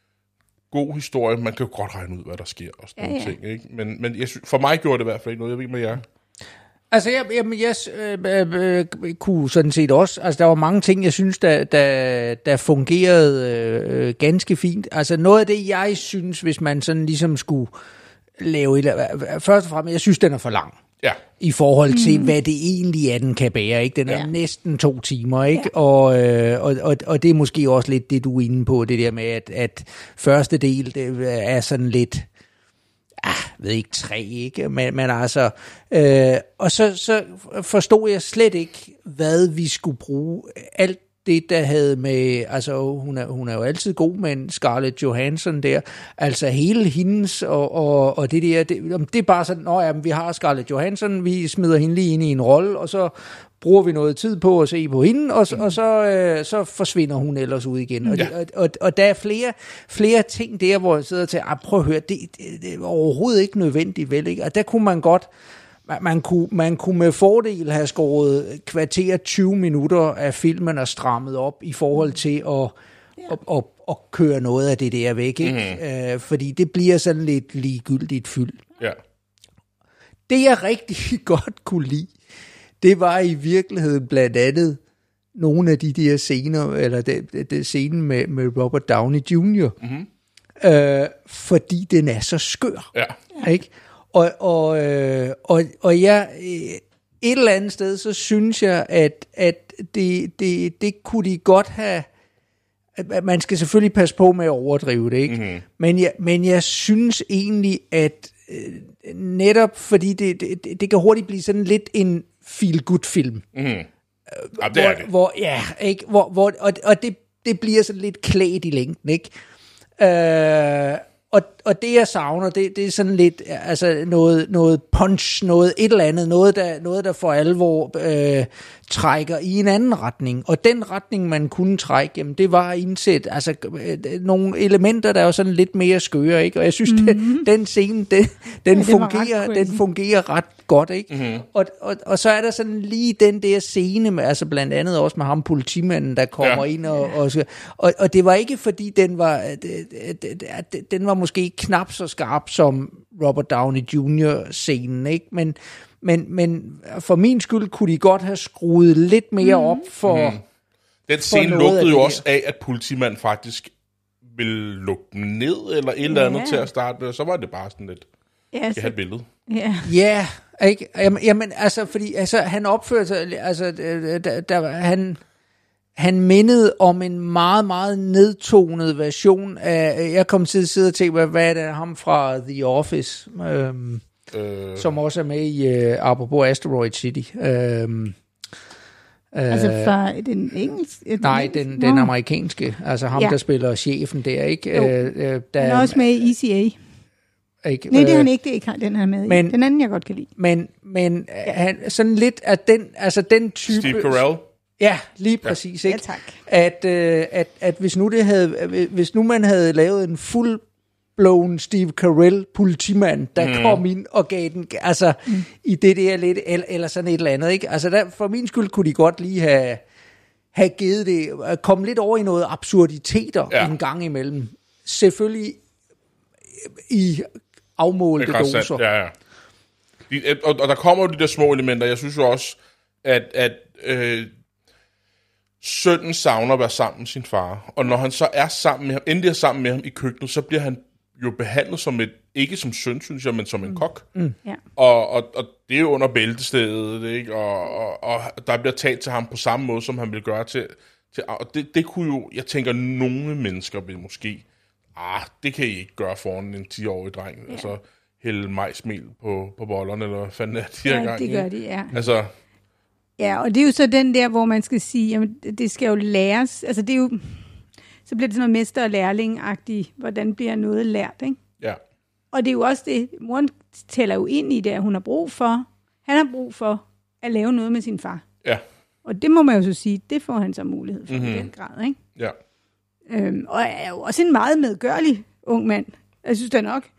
god historie. Man kan jo godt regne ud, hvad der sker og sådan ja, nogle ja. ting. Ikke? Men, men jeg synes, for mig gjorde det i hvert fald ikke noget. Jeg ved ikke med jer. Altså, jeg, jeg, jeg øh, øh, kunne sådan set også, altså der var mange ting, jeg synes, der, der, der fungerede øh, ganske fint. Altså noget af det, jeg synes, hvis man sådan ligesom skulle lave et, først og fremmest, jeg synes, den er for lang. Ja. I forhold til, mm. hvad det egentlig er, den kan bære. Ikke? Den er ja. næsten to timer, ikke? Ja. Og, øh, og, og, og det er måske også lidt det, du er inde på, det der med, at, at første del det er sådan lidt... Ah, jeg ved ikke, tre, ikke? Men, men altså, øh, og så, så forstod jeg slet ikke, hvad vi skulle bruge. Alt det, der havde med, altså hun er, hun er jo altid god, men Scarlett Johansson der, altså hele hendes, og, og, og det der, det, det er bare sådan, nå ja, vi har Scarlett Johansson, vi smider hende lige ind i en rolle, og så bruger vi noget tid på at se på hende, og, mm. og så, øh, så forsvinder hun ellers ud igen. Og, ja. det, og, og, og der er flere, flere ting der, hvor jeg sidder til, ah, prøv at høre, det, det, det er overhovedet ikke nødvendigt, vel? Ikke? Og der kunne man godt, man, man, kunne, man kunne med fordel have skåret kvarter tyve minutter af filmen og strammet op i forhold til at, ja. at, at, at køre noget af det der væk. Ikke? Mm. Øh, fordi det bliver sådan lidt ligegyldigt fyld. Ja. Det jeg rigtig godt kunne lide, det var i virkeligheden blandt andet nogle af de der scener, eller det, det, det scenen med, med Robert Downey junior Mm-hmm. Øh, fordi den er så skør. Ja. Ikke? Og, og, øh, og, og jeg, et eller andet sted, så synes jeg, at, at det, det, det kunne de godt have... At man skal selvfølgelig passe på med at overdrive det, ikke? Mm-hmm. Men, jeg, men jeg synes egentlig, at øh, netop fordi det, det, det kan hurtigt blive sådan lidt en feel-good-film. Mm. Ja, det er det. Hvor, ja, ikke? Hvor, hvor, og og det, det bliver sådan lidt klædt i længden, ikke? Øh, og, og det, jeg savner, det, det er sådan lidt altså noget, noget punch, noget et eller andet, noget, der, noget, der for alvor øh, trækker i en anden retning. Og den retning, man kunne trække, jamen, det var at indsætte altså, øh, nogle elementer, der er jo sådan lidt mere skøre, ikke? Og jeg synes, mm-hmm. den, den scene, den, den, ja, fungerer, den fungerer ret godt, ikke? Mm-hmm. Og, og, og så er der sådan lige den der scene, med, altså blandt andet også med ham politimanden, der kommer ja. ind, og, og, og, og det var ikke, fordi den var, den var måske knap så skarp som Robert Downey junior-scenen, ikke? Men, men, men for min skyld kunne de godt have skruet lidt mere op for... Mm. Den scene lugtede jo også af, at politimanden faktisk ville lukke dem ned, eller et eller andet ja. til at starte med, og så var det bare sådan lidt... Ja, jeg har et billede. Ja, yeah, ikke? Jamen, jamen, altså, fordi altså, han opførte sig... Altså, der, der, han... Han mindede om en meget, meget nedtonet version af... Jeg kom til at sidde og tænke, hvad, hvad er det ham fra The Office, øhm, øh. som også er med i uh, apropos Asteroid City. Øhm, altså fra den engelske? Nej, den, den amerikanske. Altså ham, ja. der spiller chefen der, ikke? Øh, øh, der, han er også med i E C A. Ikke? Nej, det er han ikke, det er ikke den her med men, i. Den anden, jeg godt kan lide. Men, men han, sådan lidt af den, altså den type... Steve Carell. Ja, lige præcis, ja. ikke? Ja, tak. At, øh, at, at hvis nu det havde, hvis nu man havde lavet en full-blown Steve Carell politimand, der mm. kom ind og gav den, altså mm. i det der lidt, eller, eller sådan et eller andet, ikke? Altså der, for min skyld kunne de godt lige have, have givet det, at komme lidt over i noget absurditeter Ja. en gang imellem. Selvfølgelig i afmålte doser. Sandt. Ja, ja. De, og, og der kommer jo de der små elementer. Jeg synes jo også, at, at øh, sønnen savner at være sammen med sin far. Og når han så er sammen med ham, endelig er sammen med ham i køkkenet, så bliver han jo behandlet som et, ikke som søn, synes jeg, men som en kok. Mm. Ja. Og, og, og det er jo under bæltestedet, ikke? Og, og, og der bliver talt til ham på samme måde, som han vil gøre til... til og det, det kunne jo, jeg tænker, nogle mennesker vil måske... Ah, det kan I ikke gøre foran en ti-årig dreng. Ja. Altså, hælde majsmel på, på bollerne, eller hvad fanden er de her Ja, gang, det gør de, ja. Altså... Ja, og det er jo så den der, hvor man skal sige, jamen, det skal jo læres. Altså, det er jo... Så bliver det sådan noget mester- og lærling-agtigt. Hvordan bliver noget lært, ikke? Ja. Og det er jo også det, moren tæller jo ind i det, at hun har brug for. Han har brug for at lave noget med sin far. Ja. Og det må man jo så sige, det får han så mulighed for Mhm. i den grad, ikke? Ja. Øhm, og er jo også en meget medgørlig ung mand. Jeg synes da nok.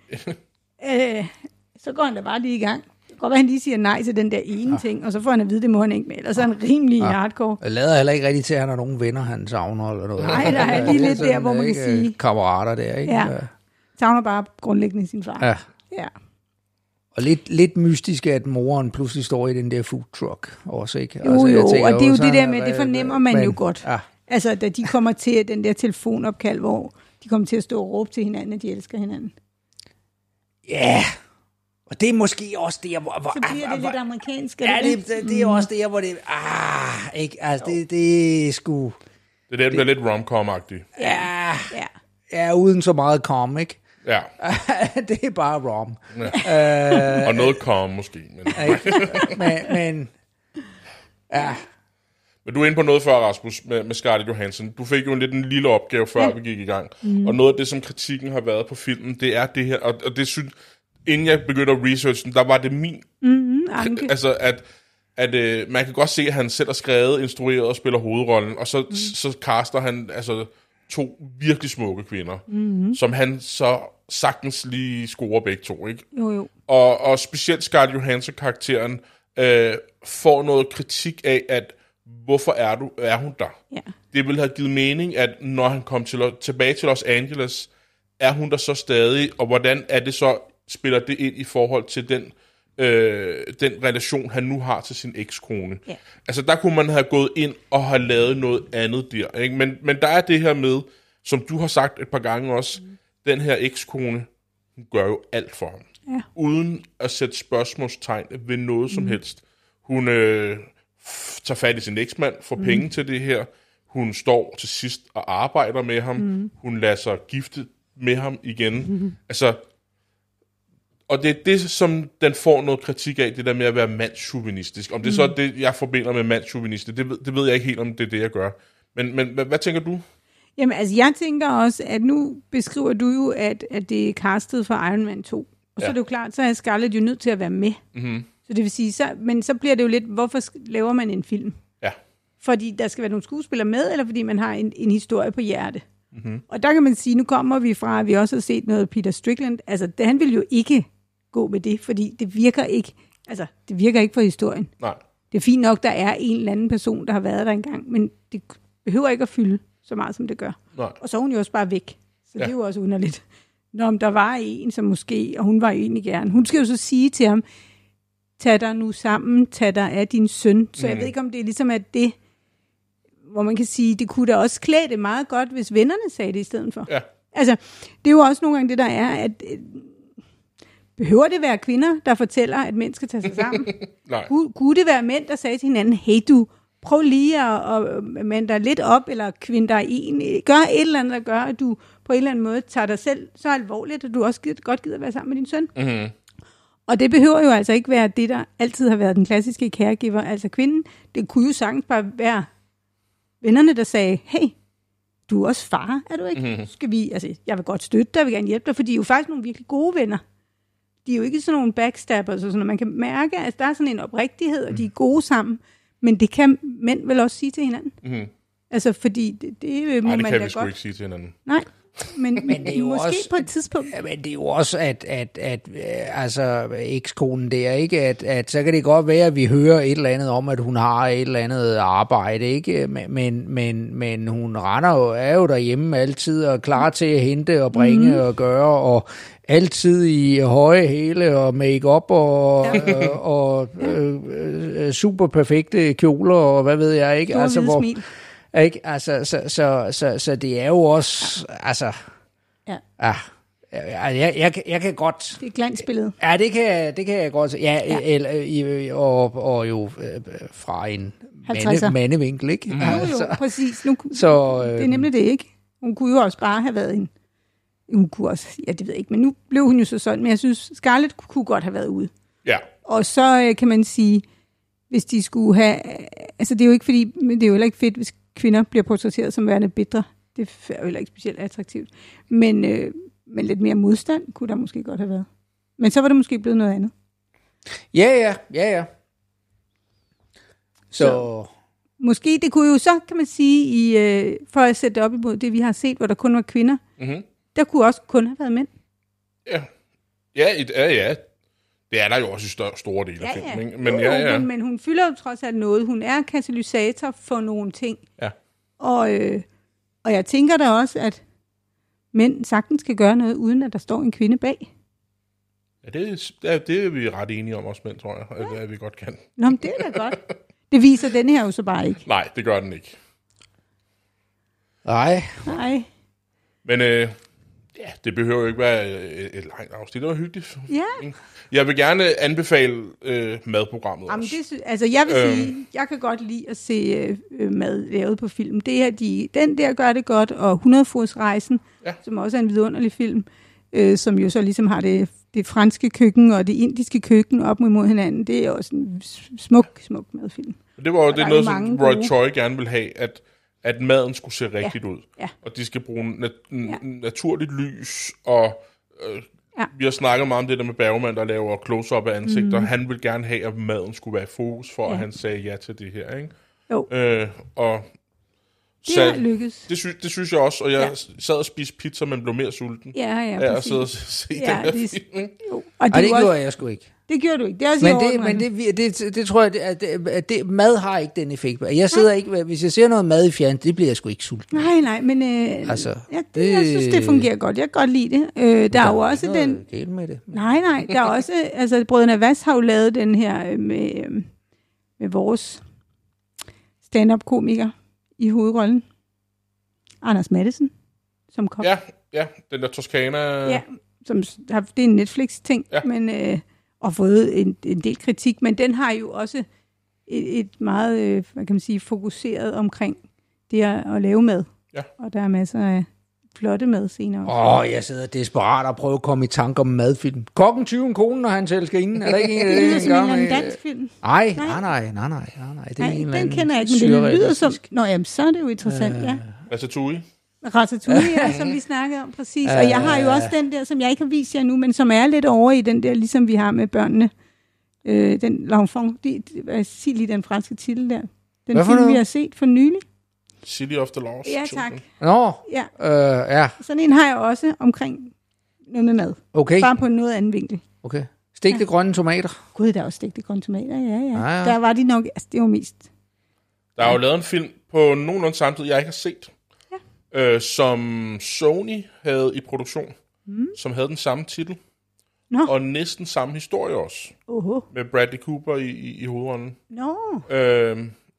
øh, så går han da bare lige i gang. Det kan godt være, han lige siger nej til den der ene ja. ting, og så får han at vide, det må han ikke med. Ellers er han rimelig ja. hardcore. Jeg lader heller ikke rigtig til, at han har nogen venner, han savner eller noget. Nej, der er lige lidt sådan, der, hvor man ikke, kan sige... Kammerater der, ikke? Ja. Savner bare grundlæggende sin far. Ja. Ja. Og lidt, lidt mystisk, at moren pludselig står i den der food truck også, ikke? Jo, altså, jo, tænker, og det er jo så, det der med, det fornemmer man men, jo godt. Ja. Altså, da de kommer til den der telefonopkald, hvor de kommer til at stå og råbe til hinanden, at de elsker hinanden. Ja, yeah. Og det er måske også det, hvor... hvor Så bliver det hvor, lidt amerikansk. Ja, det, det, det er også det, hvor det... Ah, ikke? Altså, det, det er sgu... Det der bliver lidt rom-com-agtigt. Ja, Ja. ja, uden så meget com, ikke? Ja. Det er bare rom. Ja. Øh, og noget com måske. Men... men, men... Ja... Men du er inde på noget før, Rasmus, med, med Scarlett Johansson. Du fik jo en lidt en lille opgave, før ja. vi gik i gang. Mm. Og noget af det, som kritikken har været på filmen, det er det her, og, og det synes, inden jeg begyndte at researche den, der var det min... Mm-hmm, altså, at, at øh, man kan godt se, at han selv har skrevet, instrueret og spiller hovedrollen, og så, mm. så caster han altså to virkelig smukke kvinder, mm-hmm. som han så sagtens lige scorer begge to, ikke? Jo, jo. Og, og specielt Scarlett Johansson-karakteren øh, får noget kritik af, at hvorfor er, du, er hun der? Ja. Det ville have givet mening, at når han kom til, tilbage til Los Angeles, er hun der så stadig, og hvordan er det så, spiller det ind i forhold til den, øh, den relation, han nu har til sin ekskone? Ja. Altså der kunne man have gået ind og have lavet noget andet der. Ikke? Men, men der er det her med, som du har sagt et par gange også, mm. den her ekskone, hun gør jo alt for ham. Ja. Uden at sætte spørgsmålstegn ved noget mm. som helst. Hun... Øh, tager fat i sin eksmand, får mm. penge til det her. Hun står til sidst og arbejder med ham. Mm. Hun lader sig gifte med ham igen. Mm. Altså, og det er det, som den får noget kritik af, det der med at være mandschauvinistisk. Om det mm. så er det, jeg forbinder med mandschauvinistisk, det, det ved jeg ikke helt, om det er det, jeg gør. Men, men hvad, hvad tænker du? Jamen, altså, jeg tænker også, at nu beskriver du jo, at, at det er castet for Iron Man to. Og så ja. er det jo klart, så er Scarlett jo nødt til at være med. Mm-hmm. Så det vil sige, så, men så bliver det jo lidt, hvorfor laver man en film? Ja. Fordi der skal være nogle skuespillere med, eller fordi man har en, en historie på hjerte? Mm-hmm. Og der kan man sige, nu kommer vi fra, at vi også har set noget Peter Strickland. Altså, det, han vil jo ikke gå med det, fordi det virker ikke, altså, det virker ikke for historien. Nej. Det er fint nok, der er en eller anden person, der har været der engang, men det behøver ikke at fylde så meget, som det gør. Nej. Og så er hun jo også bare væk. Så ja. det er jo også underligt. Når om der var en, som måske, og hun var egentlig gerne. Hun skal jo så sige til ham, tag dig nu sammen, tag dig af din søn. Så mm. jeg ved ikke, om det er ligesom at det, hvor man kan sige, det kunne da også klæde det meget godt, hvis vennerne sagde det i stedet for. Ja. Altså, det er jo også nogle gange det, der er, at øh, behøver det være kvinder, der fortæller, at mænd skal tage sig sammen? Nej. Kunne, kunne det være mænd, der sagde til hinanden, hey du, prøv lige at, at mande dig lidt op, eller kvinde dig en, gør et eller andet, der gør, at du på en eller anden måde tager dig selv så alvorligt, at du også godt gider være sammen med din søn. Mm-hmm. Og det behøver jo altså ikke være det, der altid har været den klassiske caregiver, altså kvinden. Det kunne jo sagtens bare være vennerne, der sagde, hey, du er også far, er du ikke? Mm-hmm. Skal vi, altså, jeg vil godt støtte dig, jeg vil gerne hjælpe dig, for de er jo faktisk nogle virkelig gode venner. De er jo ikke sådan nogle backstabbers, og sådan, man kan mærke, at der er sådan en oprigtighed, og de er gode sammen, men det kan mænd vel også sige til hinanden. Mm-hmm. Altså, fordi det, det må Nej, det man kan da vi sgu godt. ikke sige til hinanden. Nej. Men, Men det er jo måske også- på et tidspunkt. Ja, men det er jo også, at, at, at øh, altså, ekskonen der, ikke? At, at så kan det godt være, at vi hører et eller andet om, at hun har et eller andet arbejde, ikke? Men, men, men, men hun render jo, er jo derhjemme altid og klar til at hente og bringe mm. og gøre, og altid i høje hæle og make-up og, ja. øh, og øh, øh, super perfekte kjoler og hvad ved jeg, ikke? Store Altså, hvide hvor, smil. ikke? Altså, så, så, så, så det er jo også, ja. altså... Ja. Ja, jeg, jeg, jeg, kan- jeg kan godt... Det er et glansbillede. Ja, det kan, det kan jeg godt... Ja, Ja. ja. Eller, i- og, og jo øh, fra en halvtredser. mande, mandevinkel, ikke? Jo, jo, præcis. Nu, Så, øh, det er nemlig det, ikke? Hun kunne jo også bare have været en... Hun kunne også... Ja, det ved jeg ikke, men nu blev hun jo så sådan. Men jeg synes, Scarlett kunne godt have været ude. Ja. Og så øh, kan man sige, hvis de skulle have... Altså, det er jo ikke fordi... Men det er jo heller ikke fedt, hvis kvinder bliver portrætteret som værende bitre. Det er jo heller ikke specielt attraktivt. Men, øh, men lidt mere modstand kunne der måske godt have været. Men så var det måske blevet noget andet. Ja, ja, ja, ja. Så... Så- Måske, det kunne jo så, kan man sige, i, øh, for at sætte det op imod det, vi har set, hvor der kun var kvinder, Mm-hmm. der kunne også kun have været mænd. Ja. Ja, et, ja, ja. Det er der jo også i større, store dele af filmen, ikke? Men Jo, ja, jo, ja. Men, men hun fylder jo trods alt noget. Hun er katalysator for nogle ting. Ja. Og, øh, og jeg tænker da også, at mænd sagtens kan gøre noget, uden at der står en kvinde bag. Ja, det, er- det, er, det er vi ret enige om også, mænd, tror jeg, at, at vi godt kan. Nå, men det er da godt. Det viser den her jo så bare ikke. Nej, det gør den ikke. Nej. Nej. Men øh, ja, det behøver jo ikke være et, et langt afsnit. Det var hyggeligt. Ja. Jeg vil gerne anbefale øh, madprogrammet Jamen, også. det, sy- altså, jeg vil Øhm. sige, jeg kan godt lide at se øh, mad lavet på film. Det her, de, den der gør det godt, og hundrede-fodsrejsen, Ja. som også er en vidunderlig film, øh, som jo så ligesom har det, det franske køkken og det indiske køkken op mod hinanden. Det er også en smuk, smuk madfilm. Det var jo Og det der er er noget, jo som mange Roy gode. Choi gerne vil have, at, at maden skulle se rigtigt ud. Ja. Og de skal bruge nat- n- Ja. naturligt lys, og øh, Ja. vi har snakket meget om det der med Bergman, der laver close-up af ansigter. Mhm. Han vil gerne have, at maden skulle være i fokus, for Ja. at han sagde ja til det her. Ikke? Jo, Øh, og det så, har lykkes. det, sy- det synes jeg også, og jeg Ja. ja. sad og spiste pizza, men blev mere sulten. Ja, ja, Ja, og præcis. sidde og se Ja, den her det er- film. ikke? Jo. Og Ej, det, det er jo gjorde også, jeg sgu ikke. det gjorde du ikke. Det er også Men, i det, orden, men Martin. det, det, det tror jeg, at, det, at det, mad har ikke den effekt. Jeg sidder ikke, hvis jeg ser noget mad i fjern, det bliver jeg sgu ikke sulten. Nej, nej, men øh, Altså, ja, det, det- jeg synes, det fungerer godt. Jeg kan godt lide det. Øh, der er jo også ikke den... noget galt med det. Nej, nej, der er også... Altså, Brødrene Vass har jo lavet den her øh, med, øh, med vores stand-up-komiker i hovedrollen. Anders Mattesen, som kom. Ja, ja, den der Toscana. Ja, som har, det er en Netflix-ting, ja. Ja. men, øh, og fået en, en del kritik, men den har jo også et, et meget, øh, hvad kan man sige, fokuseret omkring det at, at lave mad. Ja. Og der er masser af flotte madscener også. Åh, oh, jeg sidder desperat og prøver at komme i tanke om madfilm. Kokken tyven konen og hans elskerinde. Er der ikke en af Det lyder det, som en eller anden dansk film. Nej, Nej. nej, nej, nej, nej, nej, nej. Det er Nej, en eller den anden kender jeg ikke, men det lyder som... surrealistisk. Nå, jamen, så er det jo interessant, øh. ja. Ratatouille. Ratatouille, ja, som vi snakkede om, præcis. Og jeg har jo også den der, som jeg ikke har vist jer nu, men som er lidt over i den der, ligesom vi har med børnene. Øh, den L'Enfant, de, de, sig lige den franske titel der. Den Hvad for film, noget? vi har set for nylig. City of the Lost. Ja, Children. tak. Nå, Ja, øh, ja, sådan en har jeg også omkring noget med mad. okay, Bare på en noget anden vinkel. okay. Stegte grønne tomater. Gud, der er også stegte grønne tomater, ja, ja. Ja, ja. Der var de nok, altså det var mest. Der er jo lavet en film på nogenlunde samtidig, jeg ikke har set, ja. øh, som Sony havde i produktion, mm. som havde den samme titel, Nå, og næsten samme historie også, oho, med Bradley Cooper i, i, i hovedrollen. nå, Øh,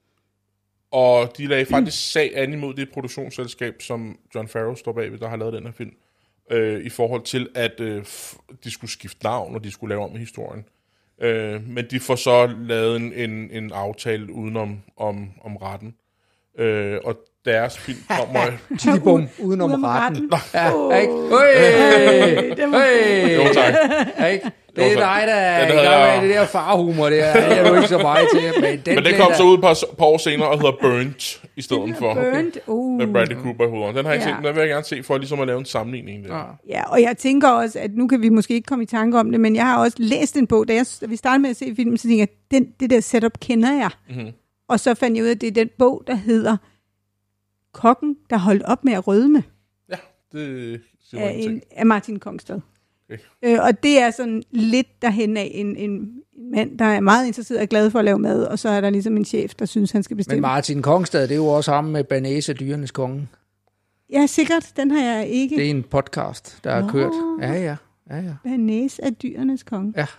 og de lagde faktisk sag an imod det produktionsselskab, som John Farrow står bagved, der har lavet den her film, øh, i forhold til, at øh, f- de skulle skifte navn, og de skulle lave om i historien. Øh, men de får så lavet en, en, en aftale udenom om, om retten. Øh, og deres film kommer... Tidibum, udenom Udenom retten. retten. Ja, ikke? Hey, det var hey, Jo, tak. ikke? Det er Jo, tak. dig, der er Den i havde gang jeg- med det der farhumor der. Det er du ikke så meget til. Men den, Men den blev kom der- så ud et par, par år senere og hedder Burnt i stedet for. burnt, uh. Med Bradley Cooper i hovedrollen. Den har jeg ikke Ja. set, den vil jeg gerne se for ligesom at lave en sammenligning der. Ja. Ja, og jeg tænker også, at nu kan vi måske ikke komme i tanke om det, men jeg har også læst en bog, da, jeg, da vi startede med at se filmen, så tænkte jeg, den, det der setup kender jeg. Mm-hmm. Og så fandt jeg ud af, at det er den bog, der hedder Kokken, der holdt op med at rødme. Ja, Det siger af, mig ingenting. en, af Martin Kongstad. Okay. Øh, og det er sådan lidt derhen af en, en, en mand, der er meget interesseret og glad for at lave mad, og så er der ligesom en chef, der synes, han skal bestemme. Men Martin Kongstad, det er jo også ham med Banæs af dyrenes konge. Ja, sikkert. Den har jeg ikke. Det er en podcast, der har Nå. kørt. Ja, ja. ja, ja. Banæs af dyrenes konge. Ja.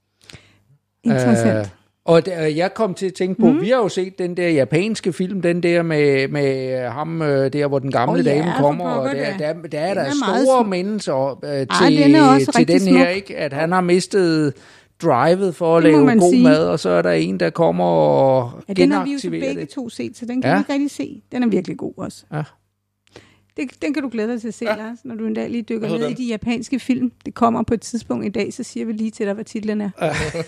Interessant. Øh, og der, jeg kom til at tænke på, mm. vi har jo set den der japanske film, den der med, med ham, øh, der hvor den gamle oh, ja, dame kommer, pokker, og der, der, der, der er der er store smuk. mindelser øh, Ej, til, den er også til rigtig den her, smuk. ikke? At han har mistet drivet for at Det må lave man god sige. mad, og så er der en, der kommer og Ja, den har vi jo så genaktiverer begge det. to set, så den kan Ja. vi ikke rigtig se. Den er virkelig god også. Ja. Det, den kan du glæde dig til at se, Ja. Lars, når du en dag lige dykker Hvad ned hedder i de japanske film. Det kommer på et tidspunkt i dag, så siger vi lige til dig, hvad titlen er.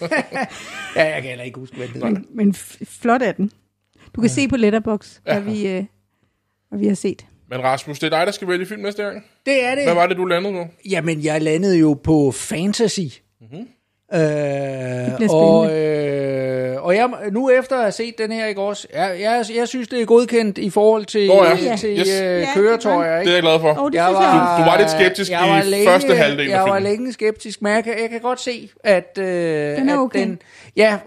Ja, jeg kan heller ikke huske, hvad det hedder. Men, men f- flot er den. Du kan ja. se på Letterboxd, hvad, Ja. vi, øh, hvad vi har set. Men Rasmus, det er dig, der skal vælge film næste gang. Det er det. Hvad var det, du landede på? Jamen, jeg landede jo på fantasy. Mm-hmm. Øh, bliver og, øh, og jeg, nu efter at have set den her, ikke også, jeg, jeg, jeg synes, det er godkendt i forhold til, Nå ja. til Yes. øh, Ja, køretøjer. Det Ikke? er jeg glad for. Oh, det Jeg synes jeg også. var, Du var lidt skeptisk jeg var i længe, første halvdel af Jeg var filmen. længe skeptisk, men jeg kan, jeg kan godt se, at, øh, Den er at okay. den... Ja,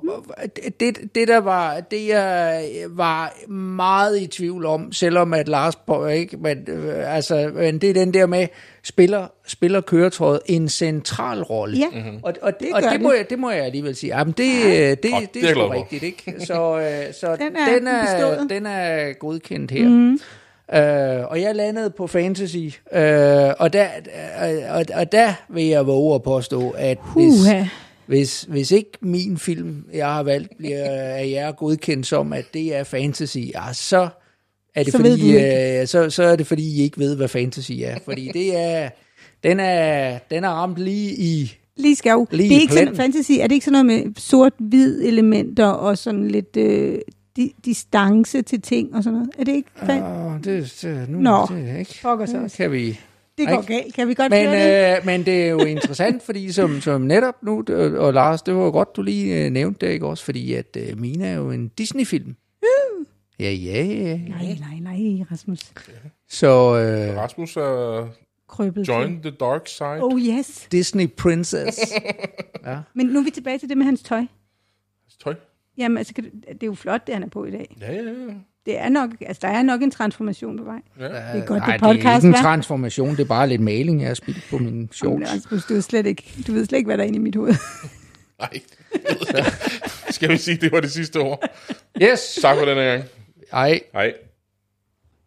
det, det der var, det jeg var meget i tvivl om, selvom at Lars, på, ikke, men, øh, altså, men det er den der med, spiller, spiller køretøjet en central rolle. Ja, Mhm. Og, og, Det og gør det, det. må jeg, det må jeg alligevel sige. Jamen, det, det, det, Godt, det, det er er jeg sgu glad for. rigtigt, ikke? Så, øh, så Den den, er er den, er, bestået. den er godkendt her. Mm. Uh, og jeg landede på fantasy, uh, og, der, uh, og, og der vil jeg våge at påstå, at hvis, Puha. hvis, hvis ikke min film, jeg har valgt, bliver af jer godkendt som, at det er fantasy, ja, så er det Så ved fordi, du ikke. uh, så, så er det fordi, I ikke ved, hvad fantasy er. Fordi det er, den er, den er ramt lige i... Lige skæv. Lige Det er i ikke sådan, pletten. fantasy, er det ikke sådan noget med sort-hvid elementer og sådan lidt øh, di- distance til ting og sådan noget? Er det ikke fan- Åh, det, det, nu, Nå, det er ikke... pokker så Det også. kan vi... Det går ikke? galt. Kan vi godt Men, høre det? øh, men det er jo interessant, fordi som, som netop nu, og, og Lars, det var jo godt, du lige øh, nævnte det, ikke også? Fordi at øh, Mina er jo en Disney-film. Uh. Ja, ja, ja. Nej, nej, nej, Rasmus. Så øh, Rasmus er Krøbet. Join the Dark Side. Oh yes. Disney Princess. Ja. Men nu er vi tilbage til det med hans tøj. Tøj. Jamen, altså, kan du- det er jo flot, det han er på i dag. Ja, ja, ja. Det er nok, altså, der er nok en transformation på vej. ja. Det er godt, Nej, det podcast, det er ikke en hva'? transformation, det er bare lidt maling, jeg har spildt på mine Jamen, shorts. Rasmus, du, er slet ikke, du ved slet ikke, hvad der er inde i mit hoved. Nej. Skal vi sige, det var det sidste ord? Yes! Tak for den her gang. Ej. Hej.